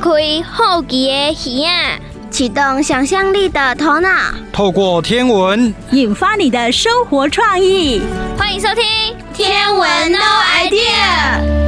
开好奇的耳啊， 启动想象力的头脑， 透过天文引发你的生活创意。 欢迎收听天文 No Idea。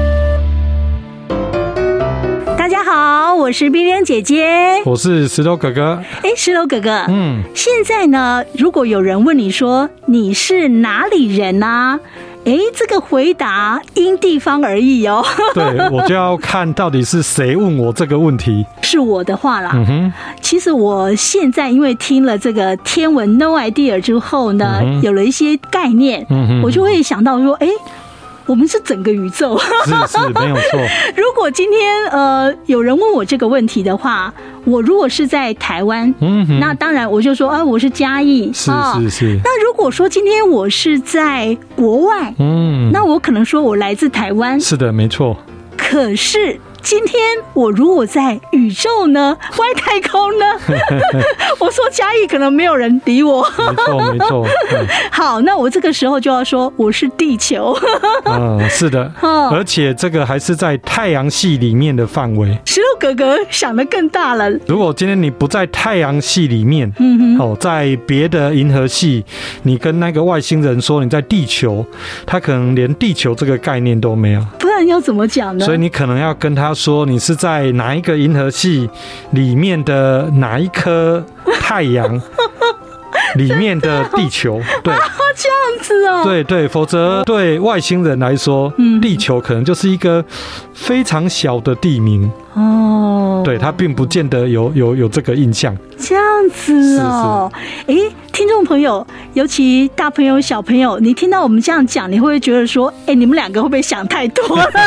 大家好，我是冰冰姐姐， 我是石头哥哥。 石头哥哥，现在呢，如果有人问你说你是哪里人啊？这个回答因地方而异哦。 对，我就要看到底是谁问我这个问题。 是我的话啦，其实我现在因为听了这个天文 No Idea 之后呢，有了一些概念，我就会想到说，我们是整个宇宙， 是没有错。 如果今天有人问我这个问题的话，我如果是在台湾，那当然我就说我是嘉义， 是。 那如果说今天我是在国外，那我可能说我来自台湾， 是的，没错。 可是今天我如果在宇宙呢，外太空呢，我说嘉义可能没有人理我。 没错。 好，那我这个时候就要说我是地球。 是的，而且这个还是在太阳系里面的范围。 石头哥哥想得更大了。 如果今天你不在太阳系里面，在别的银河系，你跟那个外星人说你在地球，他可能连地球这个概念都没有。 不然要怎么讲呢？ 所以你可能要跟他说你是在哪一个银河系里面的哪一颗太阳里面的地球。对， 这样子哦。 对，否则对外星人来说，地球可能就是一个非常小的地名。对，他并不见得有这个印象。 这样子哦。听众朋友，尤其大朋友小朋友，你听到我们这样讲，你会不会觉得说，你们两个会不会想太多了？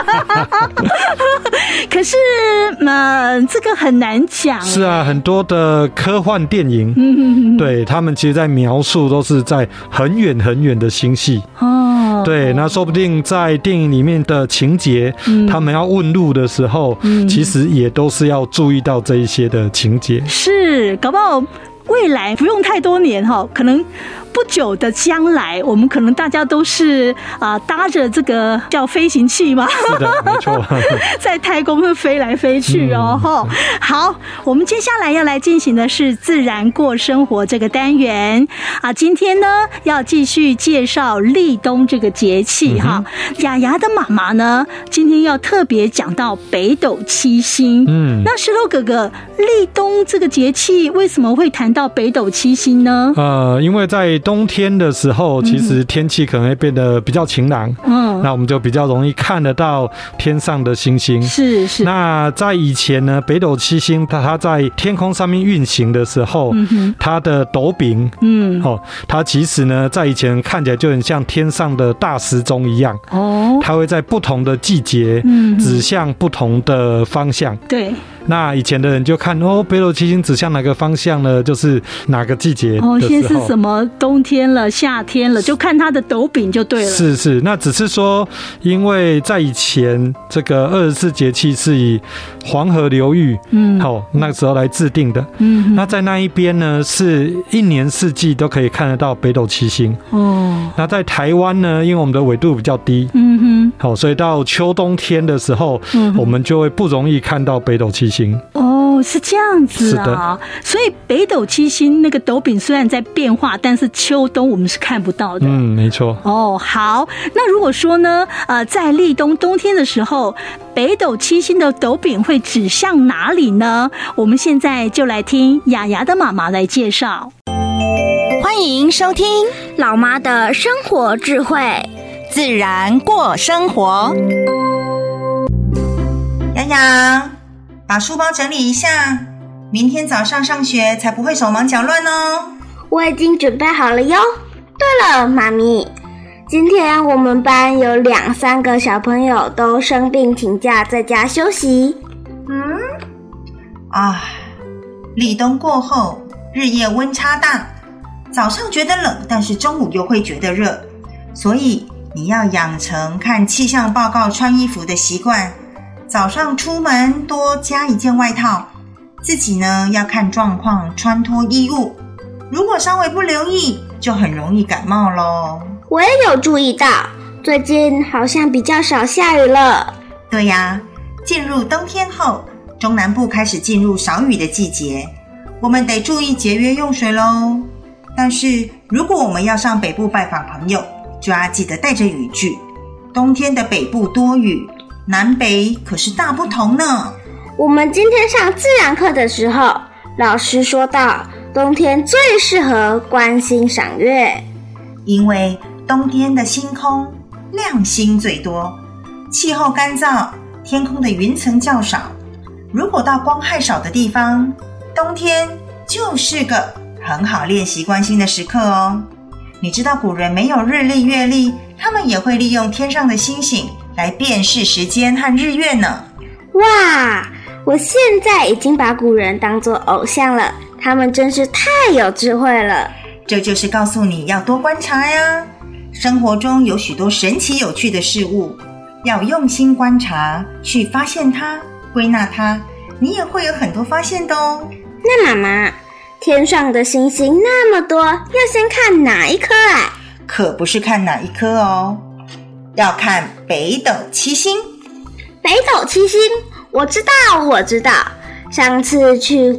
可是这个很难讲。是啊，很多的科幻电影，对，他们其实在描述都是在很远很远的星系。对，那说不定在电影里面的情节，他们要问路的时候，其实也都是要注意到这一些的情节。是， 搞不好未来不用太多年可能不久的将来，我们可能大家都是搭着这个叫飞行器嘛， 是的，没错， 在太空会飞来飞去哦。好，我们接下来要来进行的是自然过生活这个单元今天呢要继续介绍立冬这个节气雅雅的妈妈呢，今天要特别讲到北斗七星。那石头哥哥，立冬这个节气为什么会谈到北斗七星呢？ 因为在冬天的时候，其实天气可能会变得比较晴朗，那我们就比较容易看得到天上的星星。是。那在以前呢，北斗七星它在天空上面运行的时候，它的斗柄，它其实呢，在以前看起来就很像天上的大时钟一样。它会在不同的季节，指向不同的方向。对。那以前的人就看北斗七星指向哪个方向呢？就是哪个季节的时候。 现在是什么冬天了、夏天了，就看它的斗柄就对了。 是，那只是说，因为在以前这个24节气是以黄河流域，那个时候来制定的。那在那一边呢，是一年四季都可以看得到北斗七星。那在台湾呢，因为我们的纬度比较低，所以到秋冬天的时候，我们就会不容易看到北斗七星。 是这样子啊。所以北斗七星那个斗柄虽然在变化，但是秋冬我们是看不到的。 没错。 好，那如果说呢，在立冬冬天的时候，北斗七星的斗柄会指向哪里呢？我们现在就来听雅雅的妈妈来介绍。 欢迎收听老妈的生活智慧， 自然过生活。 雅雅，把书包整理一下，明天早上上学才不会手忙脚乱哦。 我已经准备好了哟。对了，妈咪，今天我们班有2-3个小朋友都生病请假在家休息。 立冬过后，日夜温差大，早上觉得冷，但是中午又会觉得热，所以你要养成看气象报告穿衣服的习惯。早上出门多加一件外套，自己呢要看状况穿脱衣物，如果稍微不留意，就很容易感冒咯。 我也有注意到，最近好像比较少下雨了。 对呀，进入冬天后， 中南部开始进入少雨的季节，我们得注意节约用水咯。但是如果我们要上北部拜访朋友，就要记得带着雨具。冬天的北部多雨，南北可是大不同呢。 我们今天上自然课的时候，老师说到，冬天最适合观星赏月， 因为冬天的星空亮星最多，气候干燥，天空的云层较少。如果到光害少的地方，冬天就是个很好练习观星的时刻哦。你知道古人没有日历月历，他们也会利用天上的星星来辨识时间和日月呢。 哇，我现在已经把古人当作偶像了，他们真是太有智慧了。 这就是告诉你要多观察呀。生活中有许多神奇有趣的事物，要用心观察，去发现它，归纳它，你也会有很多发现的哦。 那妈妈，天上的星星那么多，要先看哪一颗啊？ 可不是看哪一颗哦，要看北斗七星。 北斗七星，我知道。上次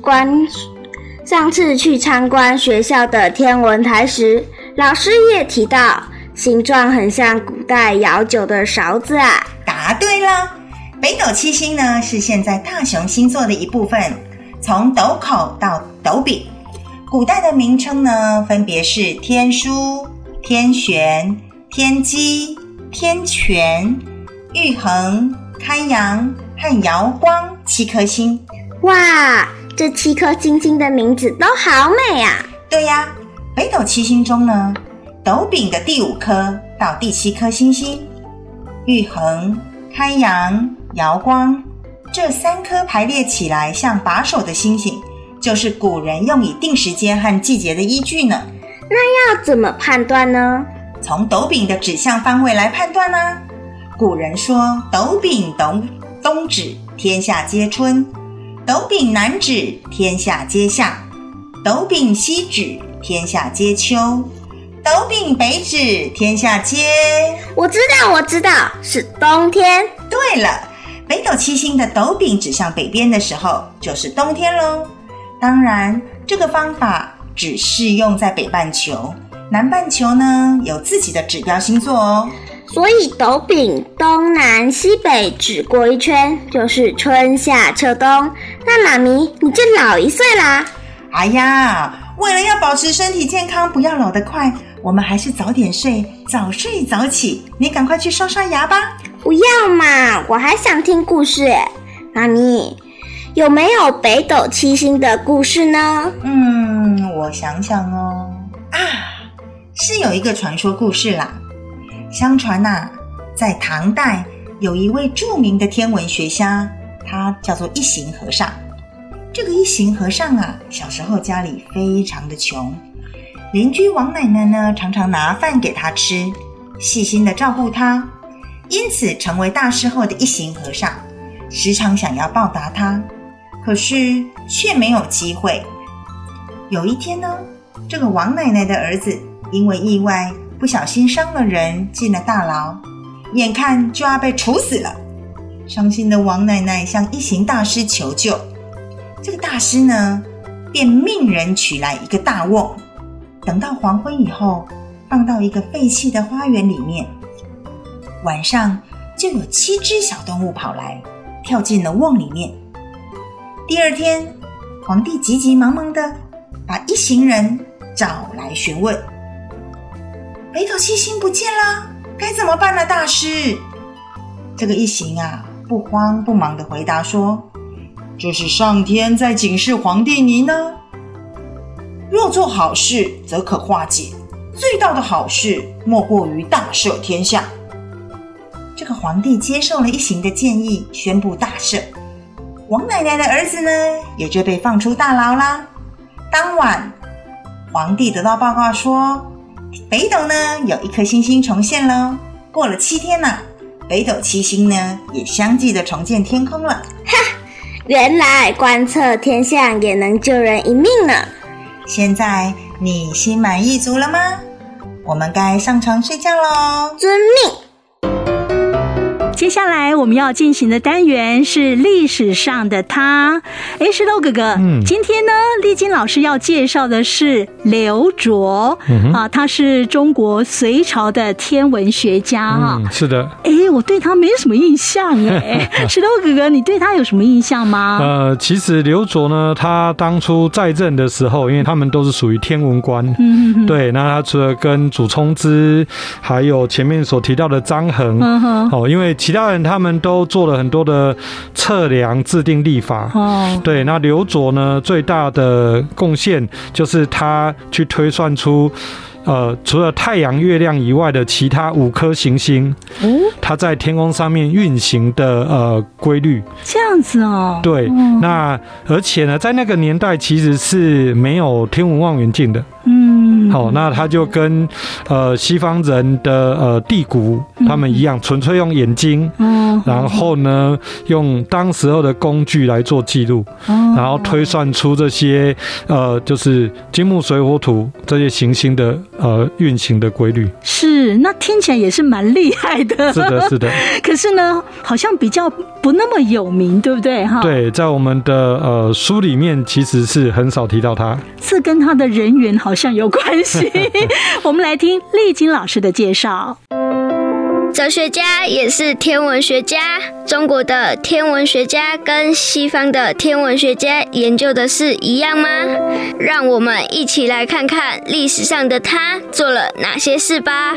去参观学校的天文台时，老师也提到，形状很像古代舀酒的勺子啊。 答对了，北斗七星呢是现在大熊星座的一部分，从斗口到斗柄。古代的名称呢分别是天枢、天璇、天机、天权、玉衡、开阳和瑶光7颗星。 哇，这7颗星星的名字都好美啊。 对呀，北斗七星中呢，斗柄的第5颗到第7颗星星，玉衡、开阳、瑶光这3颗排列起来像把手的星星，就是古人用以定时间和季节的依据呢。 那要怎么判断呢？ 从斗柄的指向方位来判断啊。古人说，斗柄东指天下皆春，斗柄南指天下皆夏，斗柄西指天下皆秋，斗柄北指天下皆…… 我知道，是冬天。 对了，北斗七星的斗柄指向北边的时候，就是冬天咯。当然，这个方法只适用在北半球，南半球呢有自己的指标星座哦。 所以斗柄东南西北指过一圈，就是春夏秋冬。那妈咪，你就老1岁啦。 哎呀，为了要保持身体健康，不要老得快，我们还是早点睡，早睡早起。你赶快去刷刷牙吧。 不要嘛，我还想听故事耶。妈咪，有没有北斗七星的故事呢？ 我想想哦。是有一个传说故事啦。相传在唐代有一位著名的天文学家，他叫做一行和尚。这个一行和尚小时候家里非常的穷，邻居王奶奶呢常常拿饭给他吃，细心的照顾他，因此成为大师后的一行和尚时常想要报答他，可是却没有机会。有一天呢，这个王奶奶的儿子因为意外不小心伤了人，进了大牢，眼看就要被处死了。伤心的王奶奶向一行大师求救，这个大师呢便命人取来一个大瓮，等到黄昏以后放到一个废弃的花园里面，晚上就有7只小动物跑来，跳进了瓮里面。第二天，皇帝急急忙忙的把一行人找来询问，北斗七星不见了，该怎么办呢？大师，这个一行不慌不忙的回答说，这是上天在警示皇帝您呢。若做好事则可化解，最大的好事莫过于大赦天下。这个皇帝接受了一行的建议，宣布大赦。王奶奶的儿子呢也就被放出大牢啦。当晚，皇帝得到报告说，北斗呢有1颗星星重现了。过了7天北斗七星呢也相继的重见天空了。 原来观测天象也能救人一命呢。 现在你心满意足了吗？我们该上床睡觉咯。 遵命。 接下来我们要进行的单元是历史上的他。石头哥哥，今天呢，丽晶老师要介绍的是刘卓他是中国隋朝的天文学家是的。 我对他没什么印象石头哥哥，你对他有什么印象吗？ 其实刘卓呢，他当初在任的时候，因为他们都是属于天文官，对，那他除了跟祖冲之，还有前面所提到的张衡，因为其他人他们都做了很多的测量、制定历法，对，那刘卓呢，最大的贡献就是他去推算出除了太阳、月亮以外的其他5颗行星，它在天空上面运行的规律。 这样子哦。 对，那而且呢，在那个年代其实是没有天文望远镜的。那他就跟西方人的地谷他们一样，纯粹用眼睛，然后呢用当时候的工具来做记录，然后推算出这些就是金木水火土这些行星的运行的规律。 是，那听起来也是蛮厉害的。 是的，是的。 可是呢，好像比较不那么有名，对不对？ 对，在我们的书里面其实是很少提到他。 这跟他的人缘好像有关系。我们来听丽晶老师的介绍。 哲学家也是天文学家，中国的天文学家跟西方的天文学家研究的是一样吗？让我们一起来看看历史上的他做了哪些事吧。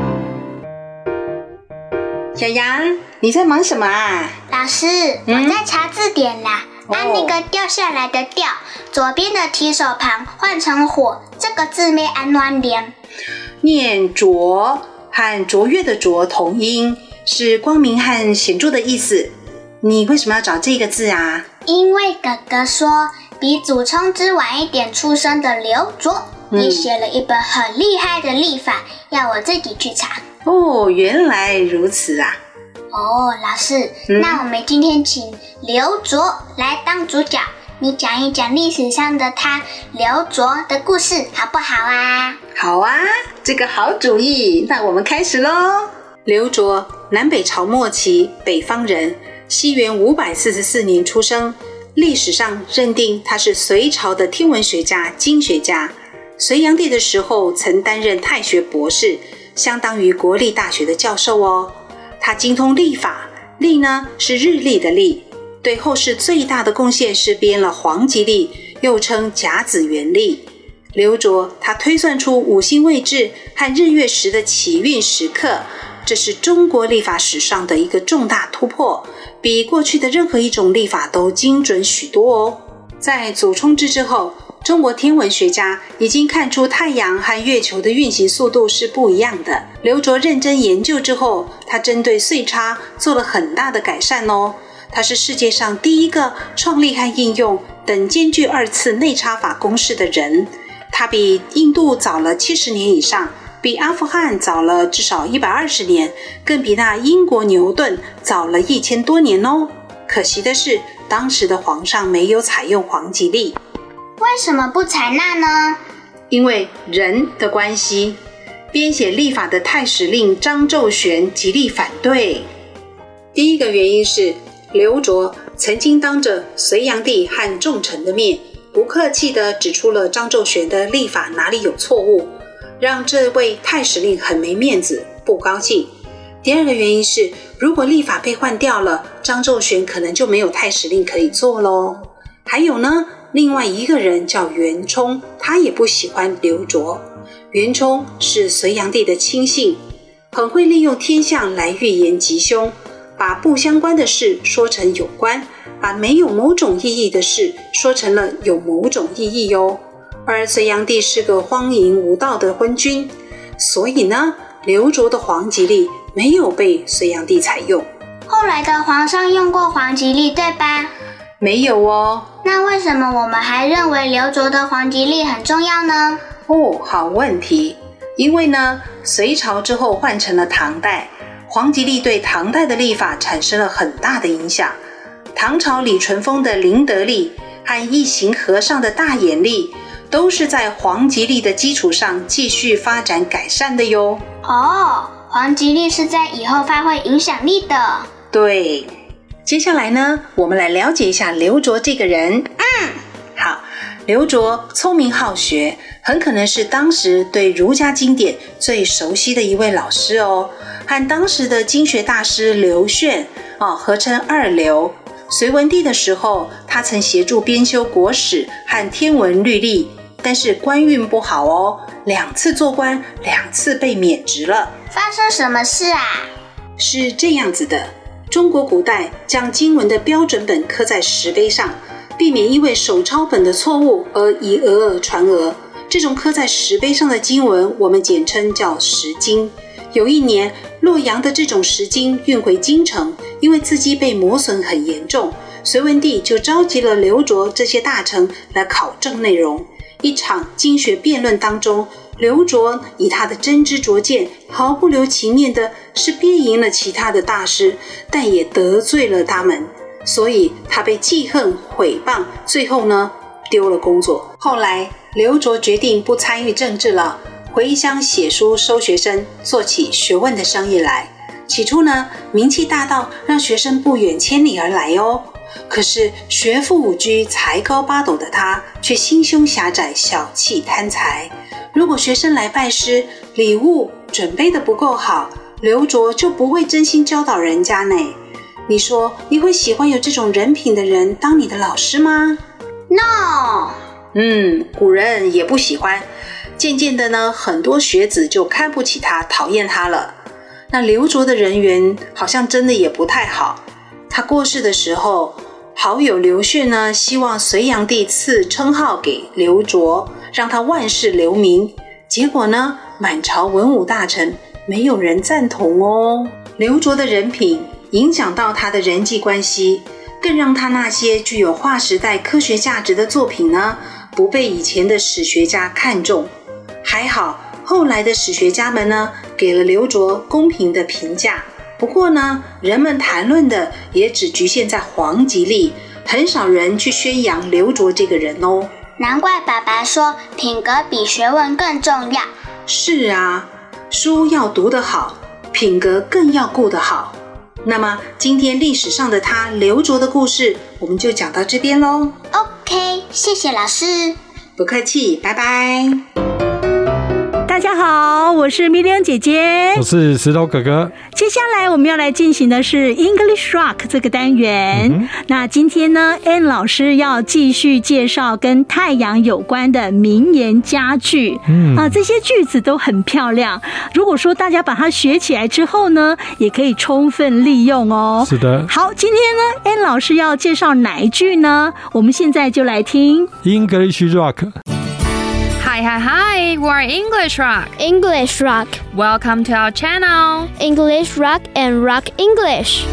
小杨，你在忙什么啊？ 老师，我在查字典啦。按那个掉下来的掉，左边的提手旁换成火，这个字没按乱念。 念卓和卓越的卓同音，是光明和显著的意思。你为什么要找这个字啊？ 因为哥哥说，比祖冲之晚一点出生的刘卓，也写了一本很厉害的历法，要我自己去查。 原来如此啊。 老师，那我们今天请刘卓来当主角，你讲一讲历史上的他刘卓的故事，好不好啊？ 好啊，这个好主意，那我们开始咯。刘卓，南北朝末期北方人，西元544年出生，历史上认定他是隋朝的天文学家、经学家。隋炀帝的时候曾担任太学博士，相当于国立大学的教授哦。他精通历法，历呢是日历的历，对后世最大的贡献是编了黄极历，又称甲子元历。刘卓他推算出五星位置和日月食的起运时刻，这是中国历法史上的一个重大突破，比过去的任何一种历法都精准许多哦。在祖冲之之后，中国天文学家已经看出太阳和月球的运行速度是不一样的。刘卓认真研究之后，他针对岁差做了很大的改善哦。他是世界上第一个创立和应用等间距2次内差法公式的人。他比印度早了70年以上，比阿富汗早了至少120年，更比那英国牛顿早了1000多年哦。可惜的是，当时的皇上没有采用黄极历。 为什么不采纳呢？ 因为人的关系。编写历法的太史令张昼玄极力反对。第一个原因是，刘卓曾经当着隋炀帝和众臣的面，不客气地指出了张昼玄的历法哪里有错误，让这位太史令很没面子，不高兴。第二个原因是，如果历法被换掉了，张昼玄可能就没有太史令可以做咯。还有呢，另外一个人叫袁冲，他也不喜欢刘卓。袁冲是隋炀帝的亲信，很会利用天象来预言吉凶，把不相关的事说成有关，把没有某种意义的事说成了有某种意义哟。而隋炀帝是个荒淫无道的昏君，所以呢，刘卓的黄极历没有被隋炀帝采用。 后来的皇上用过黄极历，对吧？ 没有哦。 那为什么我们还认为刘卓的黄极历很重要呢？ 好问题。因为呢，隋朝之后换成了唐代，黄极历对唐代的历法产生了很大的影响。唐朝李淳风的麟德历和一行和尚的大眼历都是在黄极历的基础上继续发展改善的哟。 黄极力是在以后发挥影响力的。 对，接下来呢，我们来了解一下刘卓这个人。好，刘卓聪明好学，很可能是当时对儒家经典最熟悉的一位老师哦，和当时的经学大师刘炫合称二刘。隋文帝的时候，他曾协助编修国史和天文律历，但是官运不好哦，2次做官，2次被免职了。 发生什么事啊？ 是这样子的，中国古代将经文的标准本刻在石碑上，避免因为手抄本的错误而以讹而传讹。这种刻在石碑上的经文，我们简称叫石经。有一年，洛阳的这种石经运回京城，因为字迹被磨损很严重，隋文帝就召集了刘卓这些大臣来考证内容。一场经学辩论当中，刘卓以他的真知灼见，毫不留情面的是憋赢了其他的大师，但也得罪了他们，所以他被记恨毁谤，最后呢丢了工作。后来刘卓决定不参与政治了，回乡写书收学生，做起学问的生意来。起初呢，名气大到让学生不远千里而来哦。可是学富五车才高八斗的他，却心胸狭窄，小气贪财。如果学生来拜师，礼物准备的不够好，刘卓就不会真心教导人家呢。你说你会喜欢有这种人品的人当你的老师吗？ No。 古人也不喜欢。渐渐的呢，很多学子就看不起他，讨厌他了。那刘卓的人缘好像真的也不太好。他过世的时候，好友刘炫呢，希望隋炀帝赐称号给刘卓，让他万世留名。结果呢，满朝文武大臣没有人赞同哦。刘卓的人品影响到他的人际关系，更让他那些具有划时代科学价值的作品呢，不被以前的史学家看重。还好，后来的史学家们呢，给了刘卓公平的评价。不过呢，人们谈论的也只局限在黄极力，很少人去宣扬刘卓这个人哦。 难怪爸爸说品格比学问更重要。 是啊，书要读得好，品格更要顾得好。那么今天历史上的他刘卓的故事，我们就讲到这边咯。 OK， 谢谢老师。 不客气，拜拜。 大家好，我是咪玲姐姐， 我是石头哥哥。 接下来我们要来进行的是 English Rock 这个单元。那今天呢 Ann 老师要继续介绍跟太阳有关的名言佳句。这些句子都很漂亮，如果说大家把它学起来之后呢，也可以充分利用哦。 是的。 好，今天呢 Ann 老师要介绍哪一句呢？我们现在就来听 English Rock。 Hi, we're English Rock. English Rock. Welcome to our channel. English Rock and Rock English.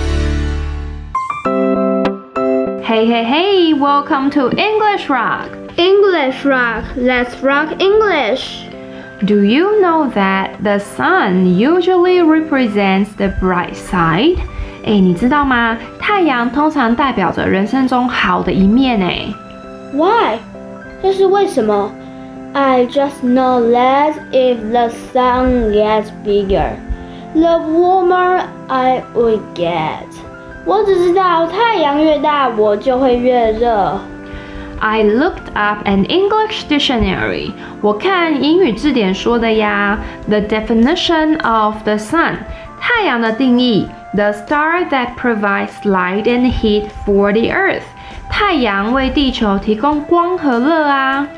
Hey, welcome to English Rock. English Rock, let's rock English. Do you know that the sun usually represents the bright side? 你知道吗？太阳通常代表着人生中好的一面。 Why? 这是为什么？I just know that if the sun gets bigger, the warmer I will get. 我只知道太阳越大，我就会越热。 I looked up an English dictionary. 我看英语字典说的呀。The definition of the sun. 太阳的定义 ：the star that provides light and heat for the earth. 太阳为地球提供光和热啊。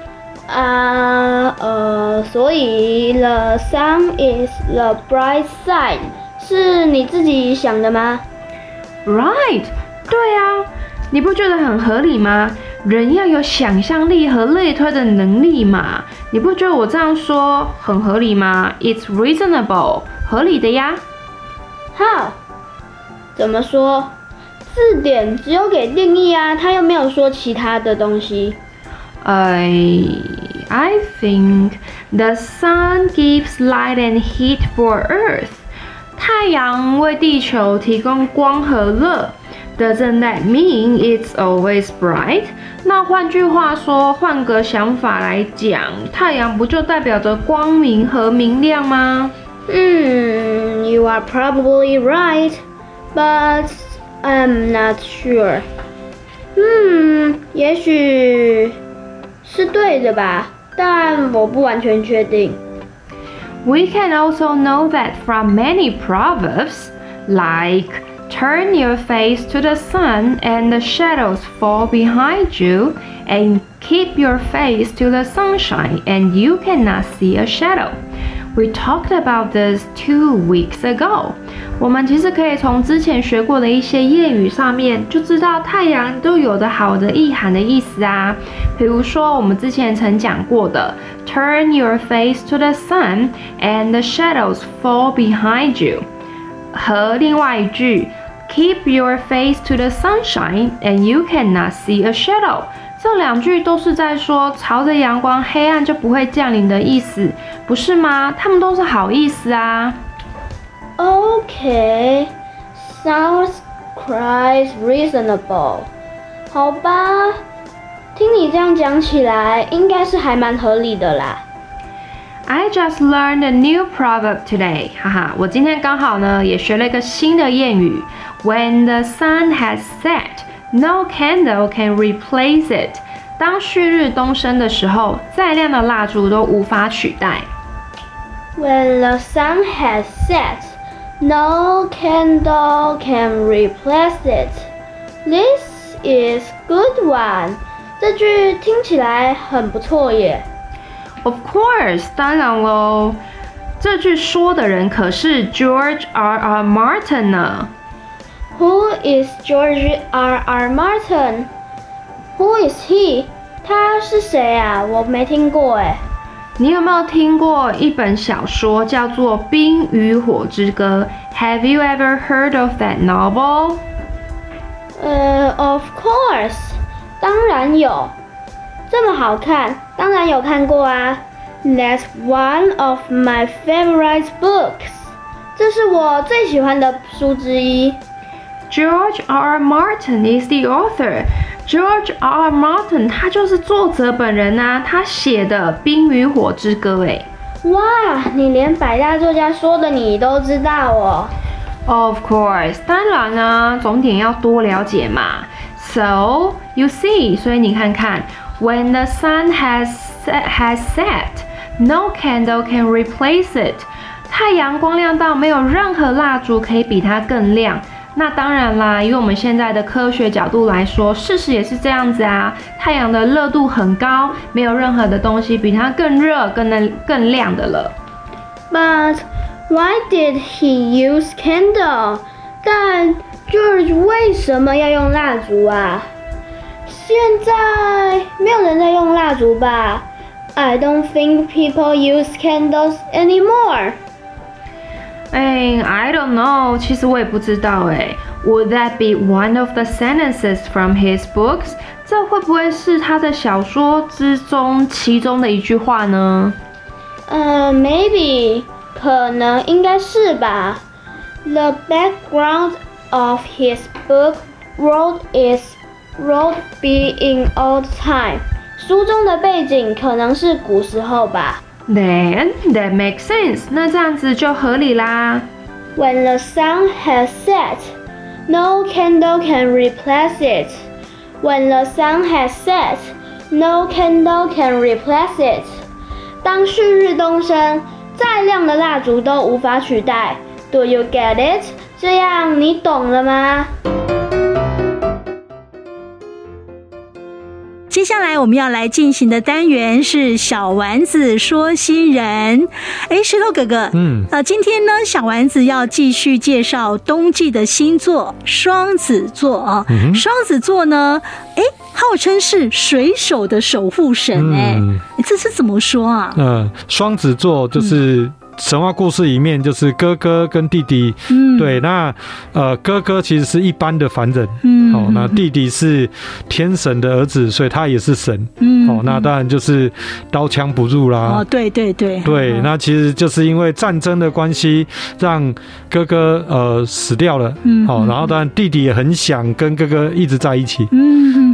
所以 the sun is the bright side 是你自己想的吗？ Right， 对啊，你不觉得很合理吗？人要有想象力和类推的能力嘛，你不觉得我这样说很合理吗？ It's reasonable， 合理的呀。 How？ 怎么说？字典只有给定义啊，它又没有说其他的东西。 I think the sun gives light and heat for Earth. 太阳为地球提供光和热。Doesn't that mean it's always bright? 那换句话说，换个想法来讲，太阳不就代表着光明和明亮吗？ You are probably right, but I'm not sure. 也许是对的吧，但我不完全确定。 We can also know that from many proverbs, like turn your face to the sun and the shadows fall behind you, and keep your face to the sunshine and you cannot see a shadow. We talked about this 2 weeks ago. 我们其实可以从之前学过的一些谚语上面就知道太阳都有的好的意涵的意思啊。比如说我们之前曾讲过的 Turn your face to the sun and the shadows fall behind you 和另外一句 Keep your face to the sunshine and you cannot see a shadow。这两句都是在说朝着阳光黑暗就不会降临的意思，不是吗？他们都是好意思啊。 Okay, sounds quite reasonable. 好吧，听你这样讲起来，应该是还蛮合理的啦。 I just learned a new proverb today. 哈哈，我今天刚好呢也学了一个新的谚语。When the sun has set, no candle can replace it. 当旭日东升的时候，再亮的蜡烛都无法取代。 When the sun has set, no candle can replace it. This is good one. 这句听起来很不错耶。 Of course, 当然喽。这句说的人可是 George R.R. Martin 呢。 Who is George R.R. Martin? Who is he? 他是谁啊？我没听过哎。 你有没有听过一本小说叫做《冰与火之歌》 ？Have you ever heard of that novel? Of course. 当然有。这么好看，当然有看过啊。That's one of my favorite books. 这是我最喜欢的书之一。 George R.R. Martin is the author. George R.R. Martin 他就是作者本人啊，他写的《冰与火之歌》哎。 哇，你连百大作家说的你都知道哦。 Of course， 当然啊，总点要多了解嘛。So you see， 所以你看看 ，When the sun has set, no candle can replace it。太阳光亮到没有任何蜡烛可以比它更亮。那当然啦，以我们现在的科学角度来说，事实也是这样子啊。太阳的热度很高，没有任何的东西比它更热、更亮的了。 But why did he use candle? 但 George 为什么要用蜡烛啊？现在没有人在用蜡烛吧？ I don't think people use candles anymore. I don't know. 其实我也不知道哎。Would that be one of the sentences from his books? 这会不会是他的小说之中其中的一句话呢 ？Maybe. 可能应该是吧。The background of his book world be in old time. 书中的背景可能是古时候吧。 Then that makes sense. 那这样子就合理啦。 When the sun has set, no candle can replace it. When the sun has set, no candle can replace it. 当旭日东升，再亮的蜡烛都无法取代。Do you get it? 这样你懂了吗？ 接下来我们要来进行的单元是小丸子说新人。石头哥哥，今天呢，小丸子要继续介绍冬季的星座双子座啊。双子座呢，号称是水手的守护神，这是怎么说啊？ 双子座就是神话故事里面就是哥哥跟弟弟，对，那哥哥其实是一般的凡人，那弟弟是天神的儿子，所以他也是神，那当然就是刀枪不入啦。 对， 那其实就是因为战争的关系，让哥哥死掉了，然后当然弟弟也很想跟哥哥一直在一起，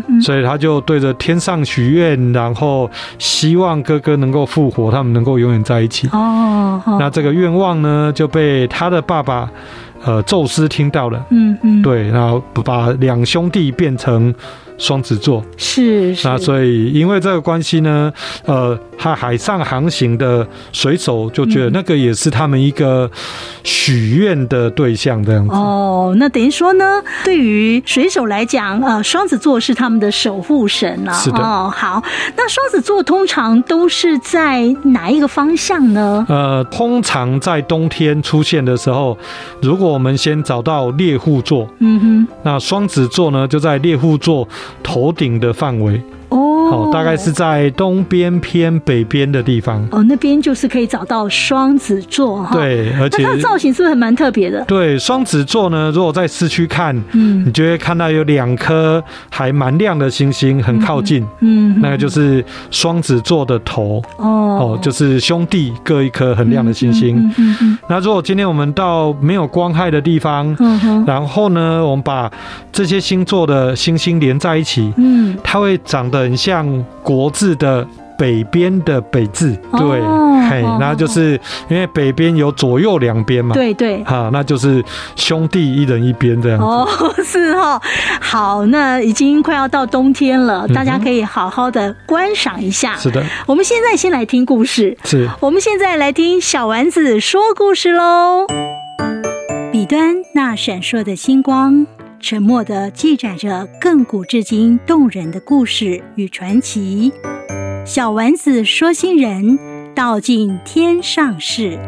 所以他就对着天上许愿，然后希望哥哥能够复活，他们能够永远在一起。那这个愿望呢，就被他的爸爸宙斯听到了。对，然后把两兄弟变成双子座。是。那所以因为这个关系呢，海上航行的水手就觉得那个也是他们一个许愿的对象这样子。 那等于说呢，对于水手来讲，双子座是他们的守护神啊。是的。好，那双子座通常都是在哪一个方向呢？ 通常在冬天出现的时候，如果我们先找到猎户座，那双子座呢就在猎户座头顶的范围。大概是在东边偏北边的地方。 那边就是可以找到双子座。 对，而且那它的造型是不是蛮特别的？ 对，双子座呢，如果在市区看，你就会看到有2颗还蛮亮的星星很靠近，那个就是双子座的头。就是兄弟各一颗很亮的星星。那如果今天我们到没有光害的地方，然后呢，我们把这些星座的星星连在一起，它会长得很像国字的北边的北字。对，那就是因为北边有左右2边嘛。对，那就是兄弟一人一边这样子。 是。好，那已经快要到冬天了，大家可以好好的观赏一下。是的。我们现在先来听故事。是。我们现在来听小丸子说故事喽。彼端那闪烁的星光，沉默地记载着亘古至今动人的故事与传奇。小丸子说新人道尽天上事。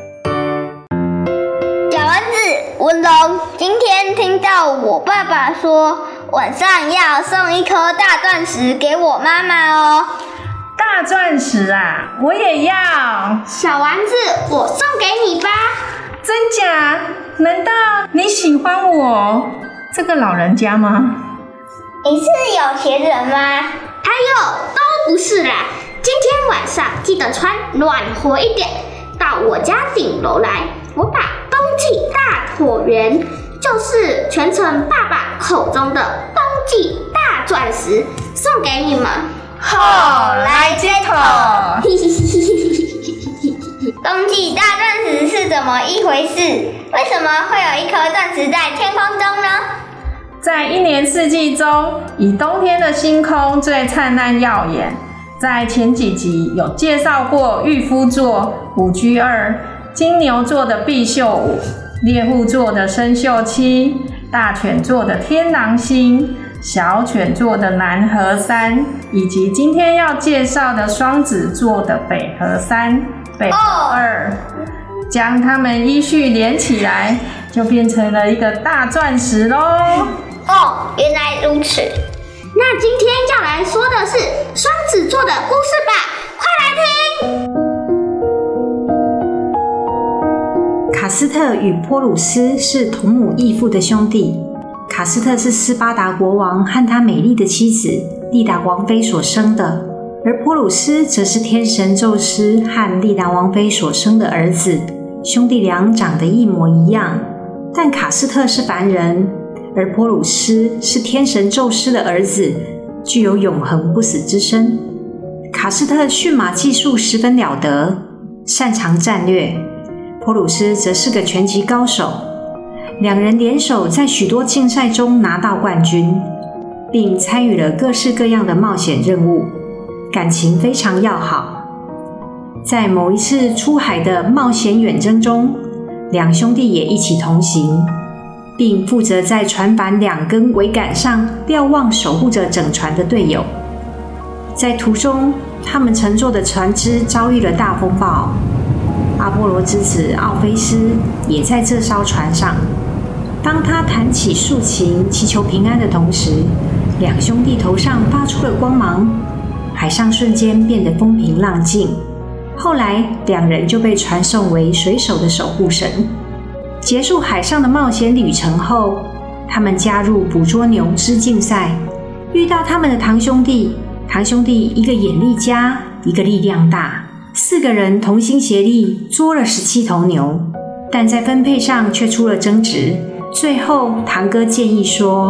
小丸子，文龙，今天听到我爸爸说晚上要送一颗大钻石给我妈妈哦。 大钻石啊，我也要。 小丸子，我送给你吧。 真假？难道你喜欢我这个老人家吗？ 你是有钱人吗？还有，都不是啦。今天晚上记得穿暖和一点，到我家顶楼来。我把冬季大椭圆，就是全程爸爸口中的冬季大钻石，送给你们。 好，来接头。 冬季大钻石是怎么一回事？为什么会有一颗钻石在天空中呢？ 在一年四季中，以冬天的星空最灿烂耀眼。在前几集有介绍过御夫座5G2、金牛座的碧秀5、猎户座的生肖7、大犬座的天狼星、小犬座的南河3，以及今天要介绍的双子座的北河3、北河2。将它们依序连起来，就变成了一个大钻石咯。 原来如此。那今天要来说的是双子座的故事吧，快来听。卡斯特与波鲁斯是同母异父的兄弟。卡斯特是斯巴达国王和他美丽的妻子丽达王妃所生的，而波鲁斯则是天神宙斯和丽达王妃所生的儿子。兄弟俩长得一模一样，但卡斯特是凡人，而波鲁斯是天神宙斯的儿子，具有永恒不死之身。卡斯特驯马技术十分了得，擅长战略，波鲁斯则是个拳击高手。两人联手在许多竞赛中拿到冠军，并参与了各式各样的冒险任务，感情非常要好。在某一次出海的冒险远征中，两兄弟也一起同行，并负责在船帆2根桅杆上瞭望守护着整船的队友。在途中，他们乘坐的船只遭遇了大风暴，阿波罗之子奥菲斯也在这艘船上。当他弹起竖琴祈求平安的同时，两兄弟头上发出了光芒，海上瞬间变得风平浪静。后来两人就被传颂为水手的守护神。结束海上的冒险旅程后，他们加入捕捉牛只竞赛，遇到他们的堂兄弟，一个眼力佳，一个力量大，4个人同心协力捉了17头牛，但在分配上却出了争执。最后堂哥建议说，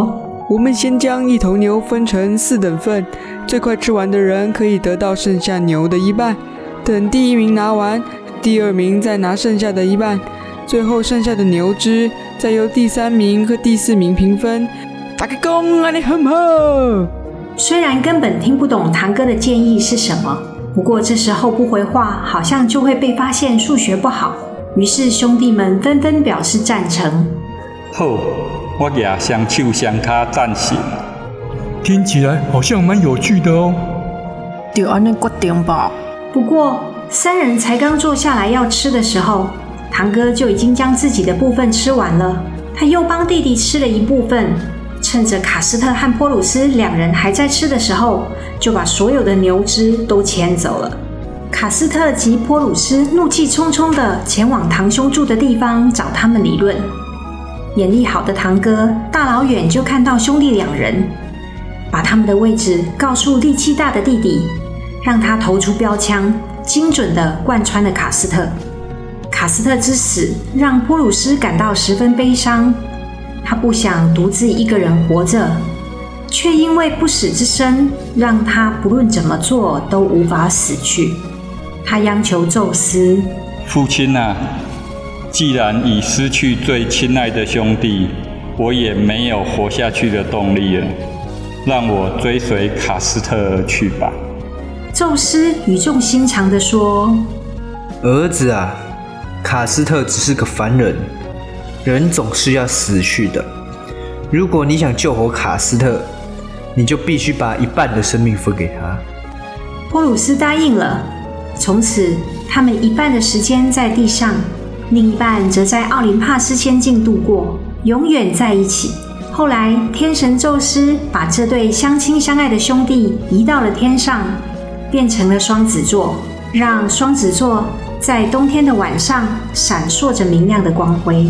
我们先将一头牛分成4等份，最快吃完的人可以得到剩下牛的1半。等第1名拿完，第2名再拿剩下的1半，最后剩下的牛只再由第3名和第4名平分。大家讲安尼好不好？ 虽然根本听不懂堂哥的建议是什么，不过这时候不回话，好像就会被发现数学不好。于是兄弟们纷纷表示赞成。 好，我也双手双脚赞成。 听起来好像蛮有趣的哦。 就按那决定吧。 不过3人才刚坐下来要吃的时候，堂哥就已经将自己的部分吃完了，他又帮弟弟吃了一部分。趁着卡斯特和波鲁斯2人还在吃的时候，就把所有的牛只都牵走了。卡斯特及波鲁斯怒气冲冲地前往堂兄住的地方找他们理论。眼力好的堂哥大老远就看到兄弟2人，把他们的位置告诉力气大的弟弟，让他投出标枪，精准地贯穿了卡斯特。卡斯特之死让波鲁斯感到十分悲伤，他不想独自一个人活着，却因为不死之身让他不论怎么做都无法死去。他央求宙斯： 父亲啊，既然已失去最亲爱的兄弟，我也没有活下去的动力了，让我追随卡斯特而去吧。 宙斯语重心长地说： 儿子啊，卡斯特只是个凡人，人总是要死去的。如果你想救活卡斯特，你就必须把1半的生命分给他。 波鲁斯答应了。从此他们1半的时间在地上，另1半则在奥林帕斯仙境度过，永远在一起。后来天神宙斯把这对相亲相爱的兄弟移到了天上，变成了双子座，让双子座在冬天的晚上闪烁着明亮的光辉。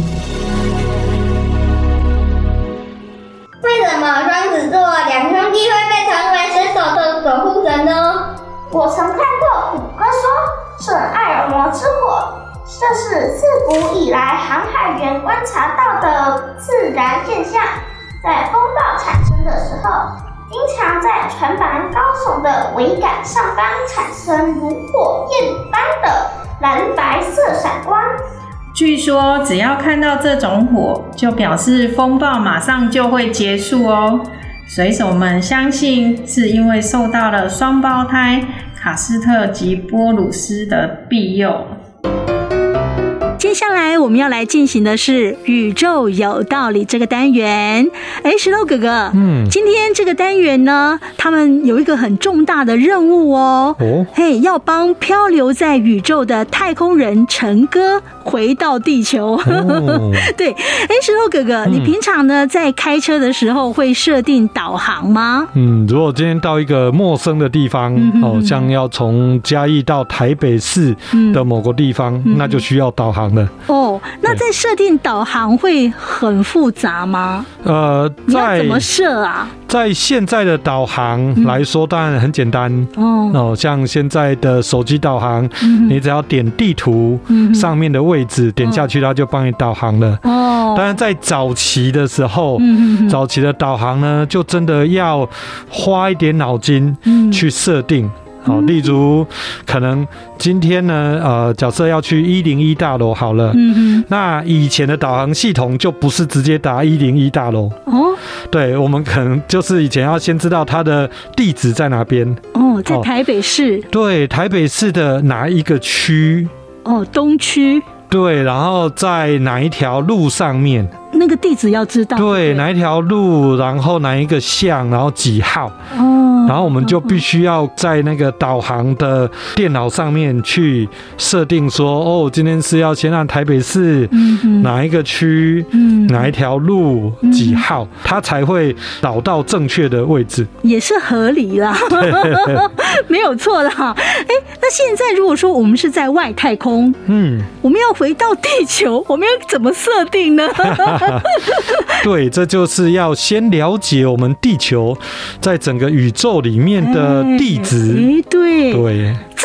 为什么双子座2兄弟会被称为水手的守护神呢？我曾看过谷歌说是艾尔摩之火，这是自古以来航海员观察到的自然现象。在风暴产生的时候，经常在船帆高耸的桅杆上方产生如火焰般的蓝白色闪光。 据说只要看到这种火，就表示风暴马上就会结束哦。水手们相信是因为受到了双胞胎卡斯特及波鲁斯的庇佑。 接下来我们要来进行的是宇宙有道理这个单元。石头哥哥，今天这个单元呢，他们有一个很重大的任务哦。要帮漂流在宇宙的太空人陈哥回到地球。对，石头哥哥，你平常呢在开车的时候会设定导航吗？ 如果今天到一个陌生的地方，像要从嘉义到台北市的某个地方，那就需要导航了。 那在设定导航会很复杂吗？你要怎么设啊？ 在现在的导航来说，当然很简单像现在的手机导航，你只要点地图上面的位置，点下去它就帮你导航了。当然在早期的时候，早期的导航呢，就真的要花一点脑筋去设定。例如可能今天呢假设要去101大楼好了，那以前的导航系统就不是直接打101大楼对，我们可能就是以前要先知道它的地址在哪边在台北市对，台北市的哪一个区东区对，然后在哪一条路上面那个地址要知道对，哪一条路，然后哪一个巷，然后几号然后我们就必须要在那个导航的电脑上面去设定说今天是要先按台北市哪一个区哪一条路几号，它才会导到正确的位置， 也是合理啦没有错啦。那现在如果说我们是在外太空我们要回到地球，我们要怎么设定呢对，这就是要先了解我们地球在整个宇宙里面的地址对， 自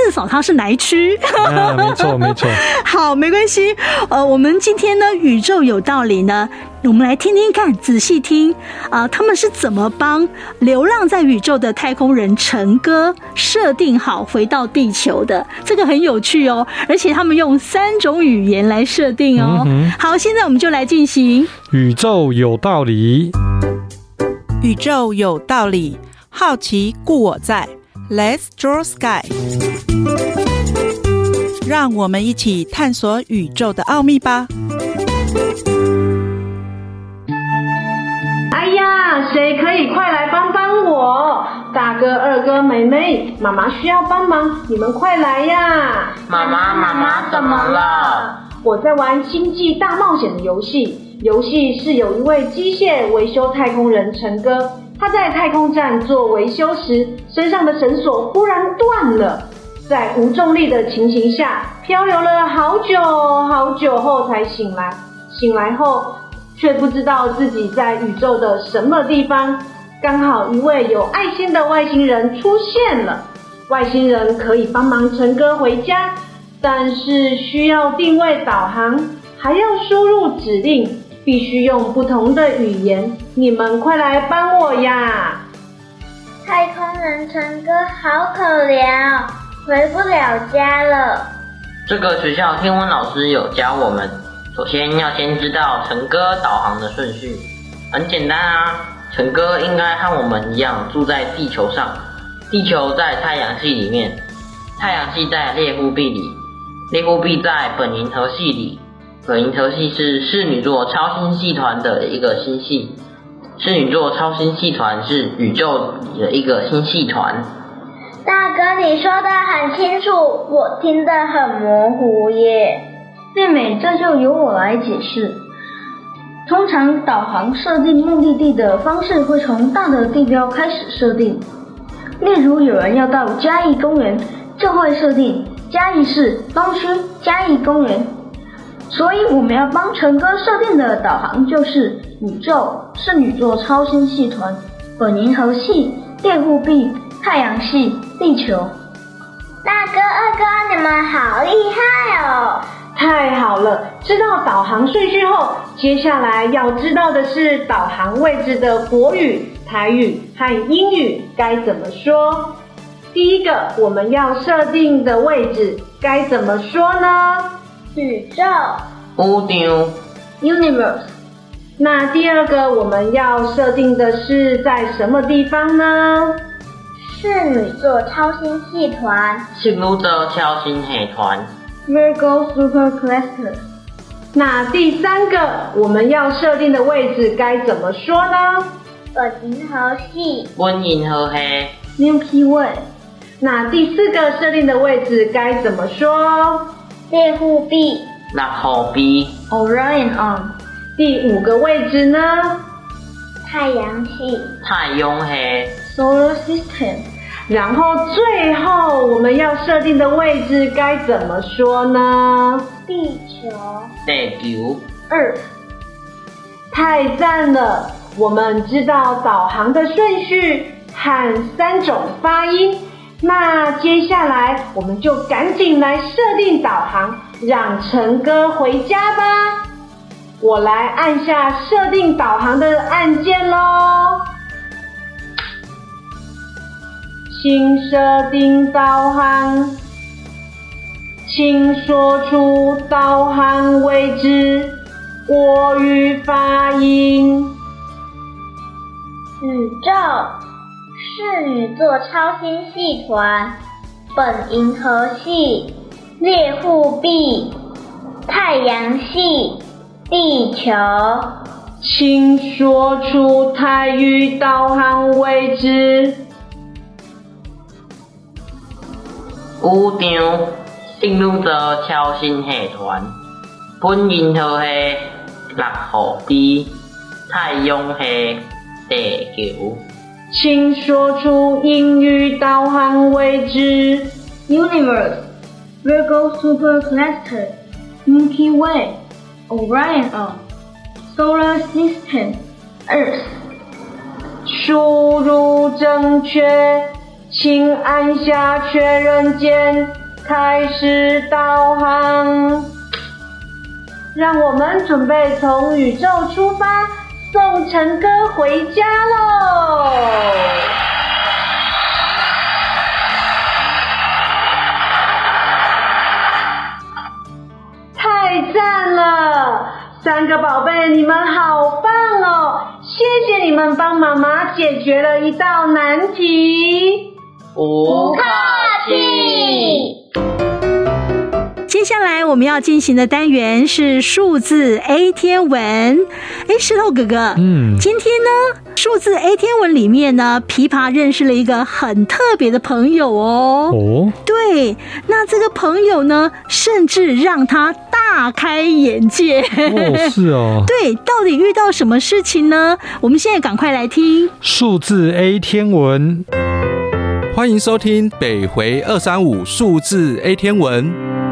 至少它是哪一区。 没错没错。 好，没关系。我们今天呢，宇宙有道理呢，我们来听听看，仔细听他们是怎么帮流浪在宇宙的太空人陈哥设定好回到地球的。这个很有趣哦，而且他们用3种语言来设定哦。好，现在我们就来进行宇宙有道理。 宇宙有道理，好奇故我在 Let's Draw Sky， 让我们一起探索宇宙的奥秘吧。 哎呀，谁可以快来帮帮我？大哥、二哥、妹妹，妈妈需要帮忙，你们快来呀！ 妈妈怎么了？ 我在玩星际大冒险的游戏，游戏是有一位机械维修太空人陈哥，他在太空站做维修时，身上的绳索忽然断了，在无重力的情形下，漂流了好久好久后才醒来。醒来后，却不知道自己在宇宙的什么地方。刚好一位有爱心的外星人出现了，外星人可以帮忙陈哥回家，但是需要定位导航，还要输入指令，必须用不同的语言，你们快来帮我呀！ 太空人陈哥好可怜哦，回不了家了。 这个学校天文老师有教我们，首先要先知道陈哥导航的顺序，很简单啊。陈哥应该和我们一样住在地球上，地球在太阳系里面，太阳系在猎户臂里，猎户臂在本银河系里，本银河系是侍女座超星系团的一个星系，侍女座超星系团是宇宙里的一个星系团。 大哥，你说得很清楚，我听得很模糊耶。 妹妹，这就由我来解释。通常导航设定目的地的方式会从大的地标开始设定，例如有人要到嘉义公园，就会设定嘉义市东区嘉义公园。所以我们要帮陈哥设定的导航就是宇宙、侍女座超星系团、本银河系、猎户臂、太阳系、地球。 大哥、二哥，你们好厉害哦！ 太好了，知道导航顺序后，接下来要知道的是导航位置的国语、台语和英语该怎么说。第一个我们要设定的位置该怎么说呢？ 宇宙、 宇宙 Universe。 那第二个我们要设定的是在什么地方呢？ 侍女座超星系团。 侍女座超星系团。 Virgo Super Cluster。 那第三个我们要设定的位置该怎么说呢？ 本银河系。 本银河系。 Milky Way。 那第四个设定的位置该怎么说？ 猎户臂。 猎户臂。 Orion On。 第五个位置呢？ 太阳系。 太阳系。 Solar System。 然后最后我们要设定的位置该怎么说呢？ 地球。 地球。 Earth。 太赞了！我们知道导航的顺序和3种发音，那接下来我们就赶紧来设定导航，让陈哥回家吧。我来按下设定导航的按键咯。请设定导航，请说出导航位置，国语发音。 宇宙、侍女座超星系团、本银河系、猎户臂、太阳系、地球。 请说出台语导航位置。 宇宙、侍女座超星系团、本银河系、猎户臂、太阳系、地球。 请说出英语导航位置。 Universe。 Virgo Super Cluster。 Milky Way。 Orion On。 Solar System。 Earth。 输入正确， 请按下确认键，开始导航。让我们准备从宇宙出发，送陈哥回家喽！太赞了！3个宝贝，你们好棒哦！谢谢你们帮妈妈解决了一道难题。 不客气。 接下来我们要进行的单元是数字 A 天文。石头哥哥，今天呢，数字 A 天文里面呢，琵琶认识了一个很特别的朋友哦。对，那这个朋友呢，甚至让他大开眼界。 是哦。 对，到底遇到什么事情呢？我们现在赶快来听数字 A 天文。 欢迎收听北回235数字 A 天文。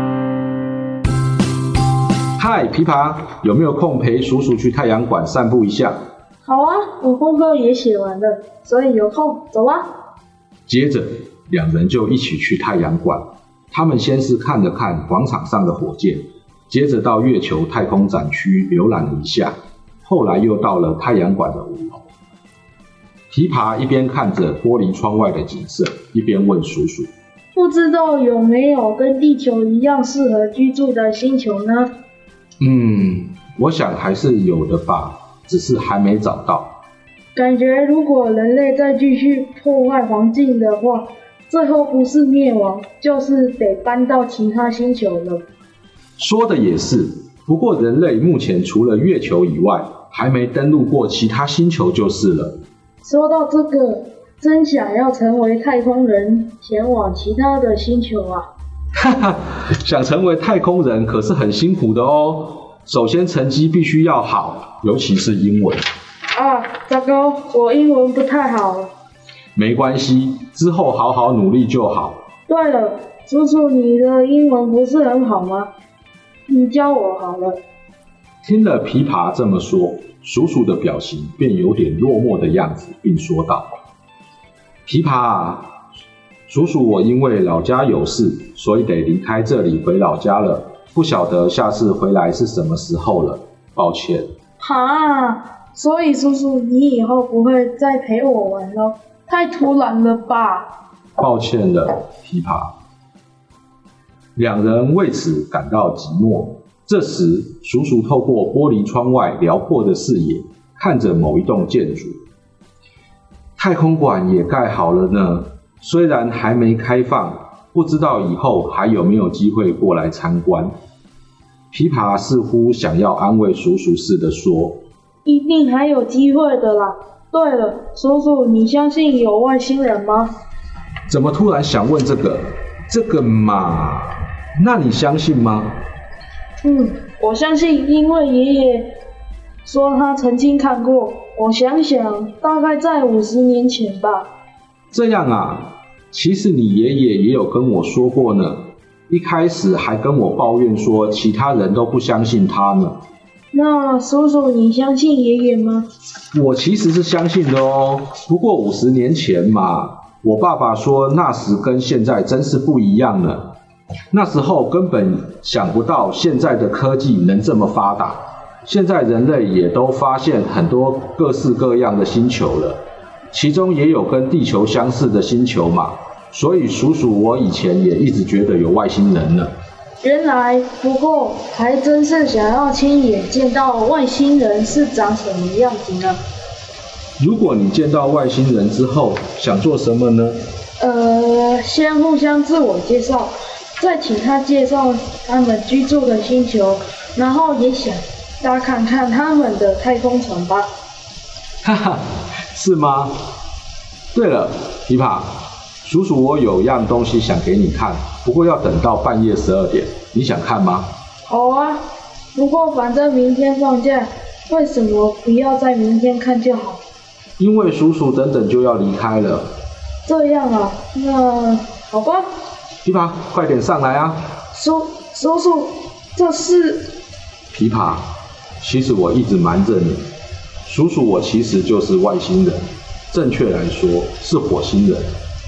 嗨，琵琶，有没有空陪叔叔去太阳馆散步一下？ 好啊，我功课也写完了，所以有空，走啊。 接着两人就一起去太阳馆。他们先是看了看广场上的火箭，接着到月球太空展区浏览了一下，后来又到了太阳馆的5楼。琵琶一边看着玻璃窗外的景色，一边问叔叔： 不知道有没有跟地球一样适合居住的星球呢？ 我想还是有的吧，只是还没找到。 感觉如果人类再继续破坏环境的话，最后不是灭亡，就是得搬到其他星球了。 说的也是，不过人类目前除了月球以外，还没登陆过其他星球就是了。 说到这个，真想要成为太空人，前往其他的星球啊！ 哈哈，想成为太空人可是很辛苦的哦。首先成绩必须要好，尤其是英文。 糟糕，我英文不太好。 没关系，之后好好努力就好。 对了，叔叔，你的英文不是很好吗？你教我好了。 听了琵琶这么说，叔叔的表情便有点落寞的样子，并说道：琵琶啊，叔叔我因为老家有事，所以得离开这里回老家了，不晓得下次回来是什么时候了，抱歉。 所以叔叔你以后不会再陪我玩了，太突然了吧？ 抱歉了，琵琶。两人为此感到寂寞。这时，叔叔透过玻璃窗外辽阔的视野，看着某一栋建筑。太空馆也盖好了呢，虽然还没开放，不知道以后还有没有机会过来参观。琵琶似乎想要安慰叔叔似的说： 一定还有机会的啦。对了，叔叔，你相信有外星人吗？ 怎么突然想问这个？这个嘛，那你相信吗？ 我相信，因为爷爷说他曾经看过。我想想，大概在50年前吧。 这样啊，其实你爷爷也有跟我说过呢，一开始还跟我抱怨说其他人都不相信他呢。 那叔叔，你相信爷爷吗？ 我其实是相信的哦，不过50年前嘛，我爸爸说那时跟现在真是不一样呢。那时候根本想不到现在的科技能这么发达，现在人类也都发现很多各式各样的星球了，其中也有跟地球相似的星球嘛，所以叔叔我以前也一直觉得有外星人呢。 原来，不过还真是想要亲眼见到外星人是长什么样子呢？ 如果你见到外星人之后，想做什么呢？ 先互相自我介绍，再请他介绍他们居住的星球，然后也想搭看看他们的太空船吧。 哈哈，是吗？对了，琵琶，叔叔我有样东西想给你看，不过要等到半夜12点，你想看吗？ 好啊，不过反正明天放假，为什么不要在明天看就好？ 因为叔叔等等就要离开了。 这样啊，那好吧。 琵琶，快点上来啊！ 叔叔，这是…… 琵琶，其实我一直瞒着你，叔叔我其实就是外星人，正确来说是火星人。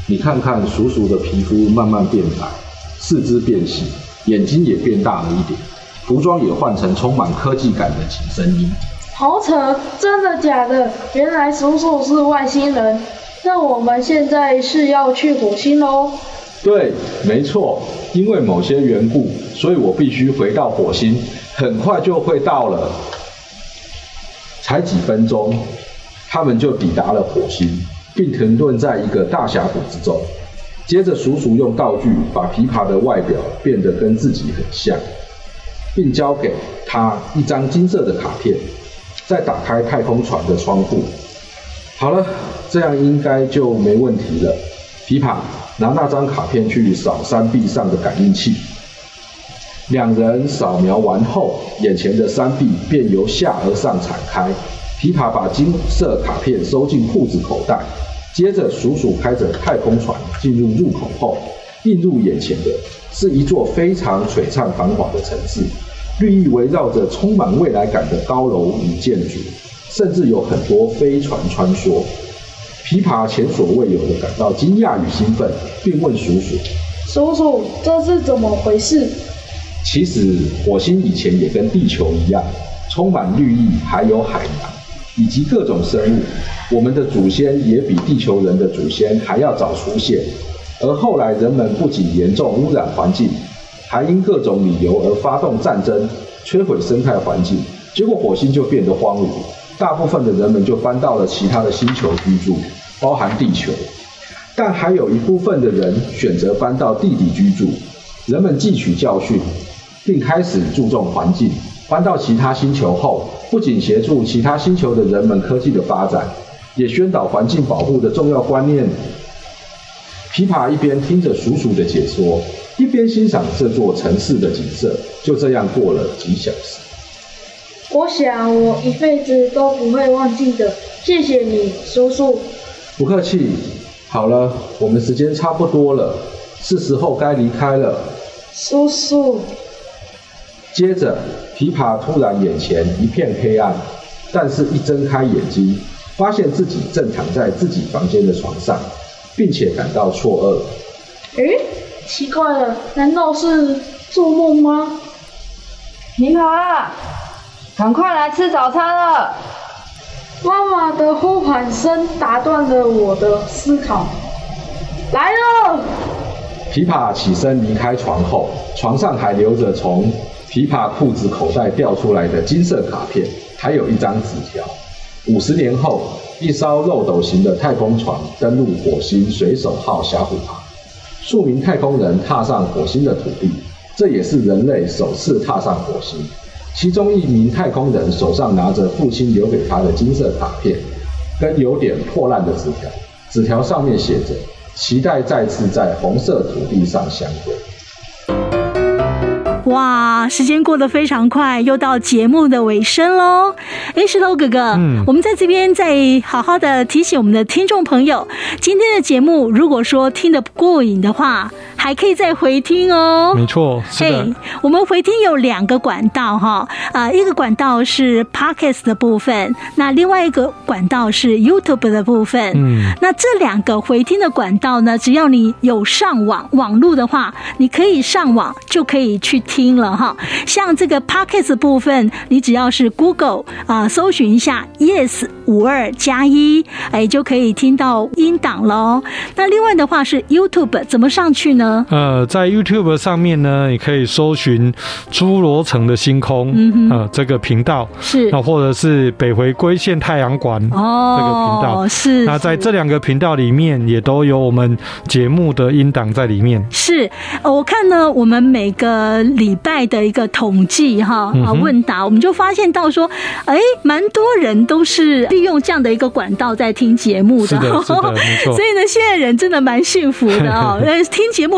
你看看叔叔的皮肤慢慢变白，四肢变细，眼睛也变大了一点，服装也换成充满科技感的紧身衣。 好扯，真的假的？原来叔叔是外星人，那我们现在是要去火星咯？ 对，没错，因为某些缘故，所以我必须回到火星，很快就会到了。才几分钟，他们就抵达了火星，并停顿在一个大峡谷之中。接着叔叔用道具把琵琶的外表变得跟自己很像，并交给他一张金色的卡片，再打开太空船的窗户。好了，这样应该就没问题了。琵琶拿那张卡片去扫山壁上的感应器，两人扫描完后，眼前的山壁便由下而上敞开。琵琶把金色卡片收进裤子口袋，接着叔叔开着太空船进入入口后，映入眼前的是一座非常璀璨繁华的城市，绿意围绕着充满未来感的高楼与建筑，甚至有很多飞船穿梭。琵琶前所未有的感到惊讶与兴奋，并问叔叔： 叔叔，这是怎么回事？ 其实火星以前也跟地球一样，充满绿意，还有海洋以及各种生物。我们的祖先也比地球人的祖先还要早出现，而后来人们不仅严重污染环境，还因各种理由而发动战争，摧毁生态环境，结果火星就变得荒芜，大部分的人们就搬到了其他的星球居住，包含地球。但还有一部分的人选择搬到地底居住，人们汲取教训，并开始注重环境。搬到其他星球后，不仅协助其他星球的人们科技的发展，也宣导环境保护的重要观念。琵琶一边听着叔叔的解说，一边欣赏这座城市的景色，就这样过了几小时。 我想我一辈子都不会忘记的，谢谢你，叔叔。 不客气。好了，我们时间差不多了，是时候该离开了。 叔叔。 接着，琵琶突然眼前一片黑暗，但是一睁开眼睛，发现自己正躺在自己房间的床上，并且感到错愕。 奇怪了，难道是做梦吗？ 琵琶，赶快来吃早餐了！ 妈妈的呼喊声打断了我的思考。来了！ 琵琶起身离开床后，床上还留着从琵琶裤子口袋掉出来的金色卡片，还有一张纸条。50年后，一艘漏斗型的太空船登陆火星水手号峡谷旁，数名太空人踏上火星的土地，这也是人类首次踏上火星。其中一名太空人手上拿着父亲留给他的金色卡片，跟有点破烂的纸条，纸条上面写着：期待再次在红色土地上相会。 哇，时间过得非常快，又到节目的尾声喽。石头哥哥，我们在这边再好好的提醒我们的听众朋友，今天的节目如果说听得不过瘾的话，还可以再回听哦。 没错，是的。 我们回听有2个管道哈，一个管道是 Podcast 的部分，那另外一个管道是 YouTube 的部分。那这2个回听的管道呢，只要你有上网路的话，你可以上网就可以去听了哈。像这个 Podcast 部分，你只要是 Google 搜寻一下 Yes52+1，就可以听到音档咯。那另外的话是 YouTube 怎么上去呢？ 在 YouTube 上面呢，你可以搜寻侏罗城的星空，这个频道是， 那或者是北回归线太阳馆这个频道是。 那在这2个频道里面也都有我们节目的音档在里面。 是，我看呢，我们每个礼拜的一个统计问答，我们就发现到说，蛮多人都是利用这样的一个管道在听节目的， 是的，没错。 所以呢，现在人真的蛮幸福的听节目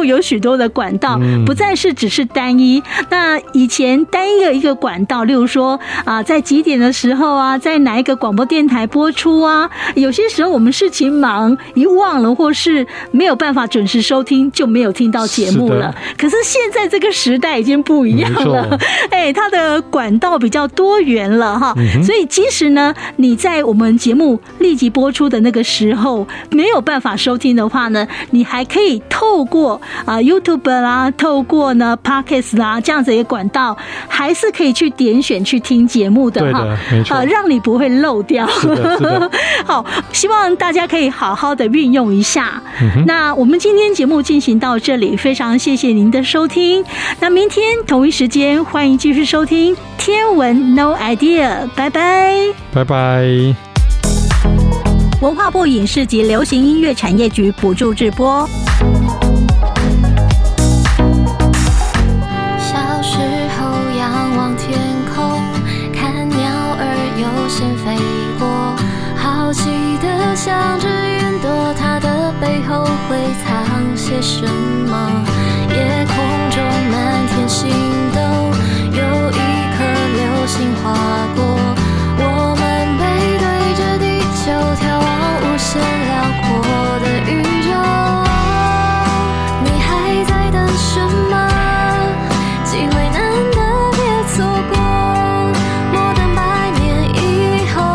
有许多的管道，不再是只是单一。那以前单一的一个管道，例如说在几点的时候啊，在哪一个广播电台播出啊，有些时候我们事情忙一忘了，或是没有办法准时收听，就没有听到节目了。可是现在这个时代已经不一样了，它的管道比较多元了哈，所以即使呢你在我们节目立即播出的那个时候没有办法收听的话呢，你还可以透过YouTube 啦，透过呢 Podcast 啦这样子的管道，还是可以去点选去听节目的哈，让你不会漏掉。 是的好，希望大家可以好好的运用一下。那我们今天节目进行到这里，非常谢谢您的收听。那明天同一时间欢迎继续收听天文 No Idea， 拜拜， 拜拜。 文化部影视及流行音乐产业局补助直播。 小时候仰望天空，看鸟儿悠闲飞过，好奇的想着云朵，它的背后会藏些什么？夜空中满天星斗，有一颗流星划过，我们背对着地球眺望无限辽阔的宇宙。你还在等什么？机会难得别错过，莫等百年以后。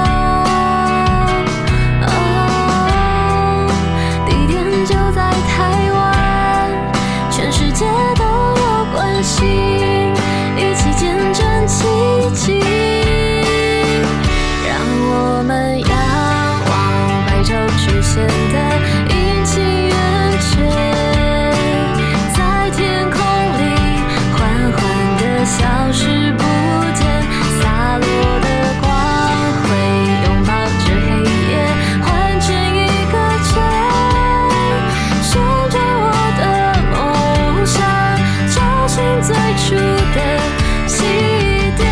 地点就在台湾，全世界都有关心，一起见证奇迹。让我们仰望白昼出现的阴晴圆缺，在天空里缓缓地消失不见，洒落的光辉拥抱着黑夜，换成一个圈，旋转我的梦想，找寻最初的起点。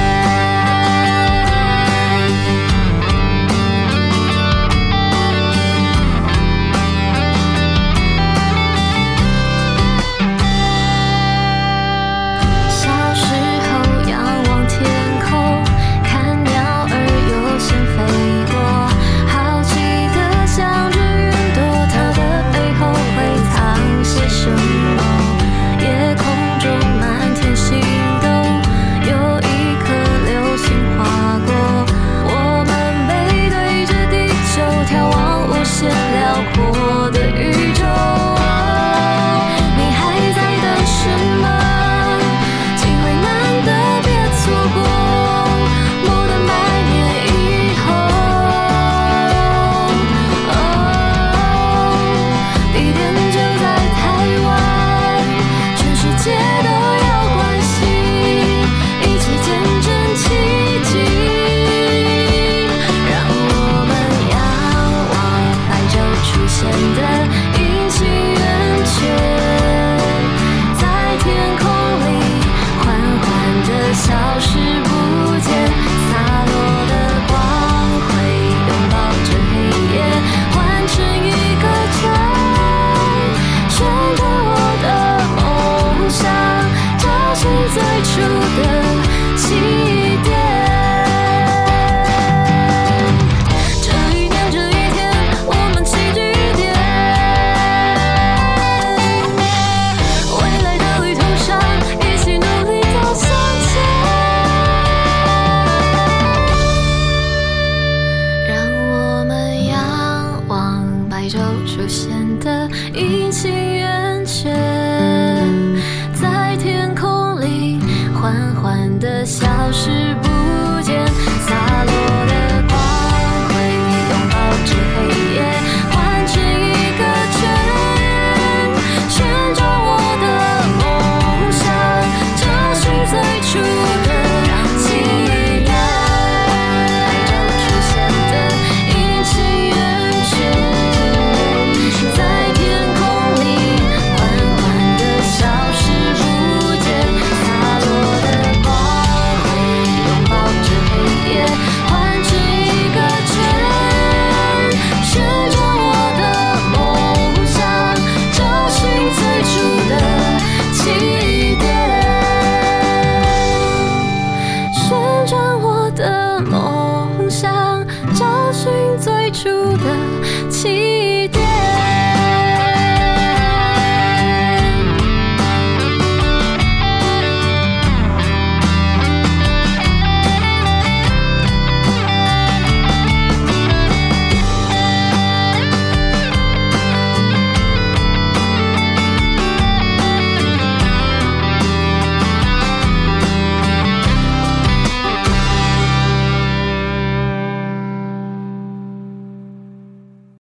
小时候仰望天空，看鸟儿悠闲飞过，好奇的想着云朵，它的背后会藏些什么？夜空中满天星斗，有一颗流星划过，我们背对着地球眺望无限辽阔的宇宙。你还在等什么？机会难得别错过，莫等百年以后。地点就在台湾，全世界都有关系，一起见证奇迹。让我们仰望白昼出现的阴晴圆缺，在天空里缓缓地消失不见，洒落的光辉拥抱着黑夜，换成一个圈，旋转我的梦想，找寻最初的起点。这一年这一天，我们齐聚一点，未来的旅途上，一起努力走向前。让我们仰望白昼出现的阴晴圆缺，在天空里缓缓地消失不见，洒落的光辉拥抱着黑夜，换成一个圈，旋转我的梦想，找寻最初的起点。白昼出现的阴晴圆缺，在天空里缓缓地消失不见，洒落的光辉拥抱想找寻最初的起